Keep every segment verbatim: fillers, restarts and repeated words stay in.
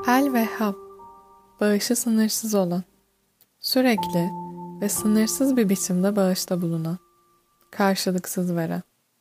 El-Vehhab, bağışı sınırsız olan, sürekli ve sınırsız bir biçimde bağışta bulunan, karşılıksız veren.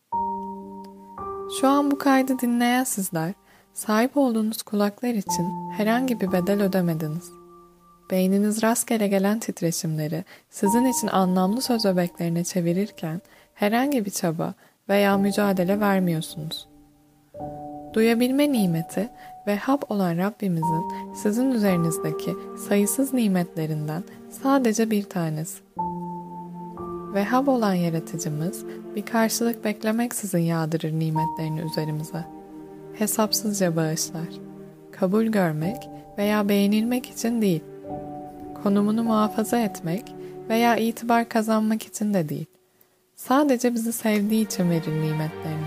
Şu an bu kaydı dinleyen sizler, sahip olduğunuz kulaklar için herhangi bir bedel ödemediniz. Beyniniz rastgele gelen titreşimleri sizin için anlamlı söz öbeklerine çevirirken herhangi bir çaba veya mücadele vermiyorsunuz. Duyabilme nimeti Vehhab olan Rabbimizin sizin üzerinizdeki sayısız nimetlerinden sadece bir tanesi. Vehhab olan Yaratıcımız bir karşılık beklemeksizin yağdırır nimetlerini üzerimize. Hesapsızca bağışlar. Kabul görmek veya beğenilmek için değil. Konumunu muhafaza etmek veya itibar kazanmak için de değil. Sadece bizi sevdiği için verir nimetlerini.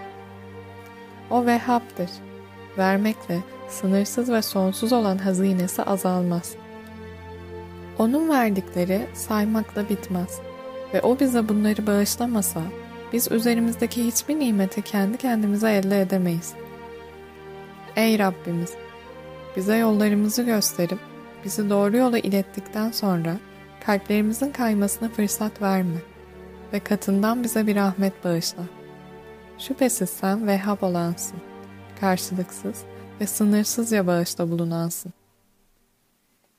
O Vehhab'dır. Vermekle sınırsız ve sonsuz olan hazinesi azalmaz. Onun verdikleri saymakla bitmez. Ve o bize bunları bağışlamasa, biz üzerimizdeki hiçbir nimeti kendi kendimize elde edemeyiz. Ey Rabbimiz! Bize yollarımızı gösterip, bizi doğru yola ilettikten sonra, kalplerimizin kaymasına fırsat verme ve katından bize bir rahmet bağışla. Şüphesiz sen Vehhab olansın, karşılıksız ve sınırsızca bağışta bulunansın.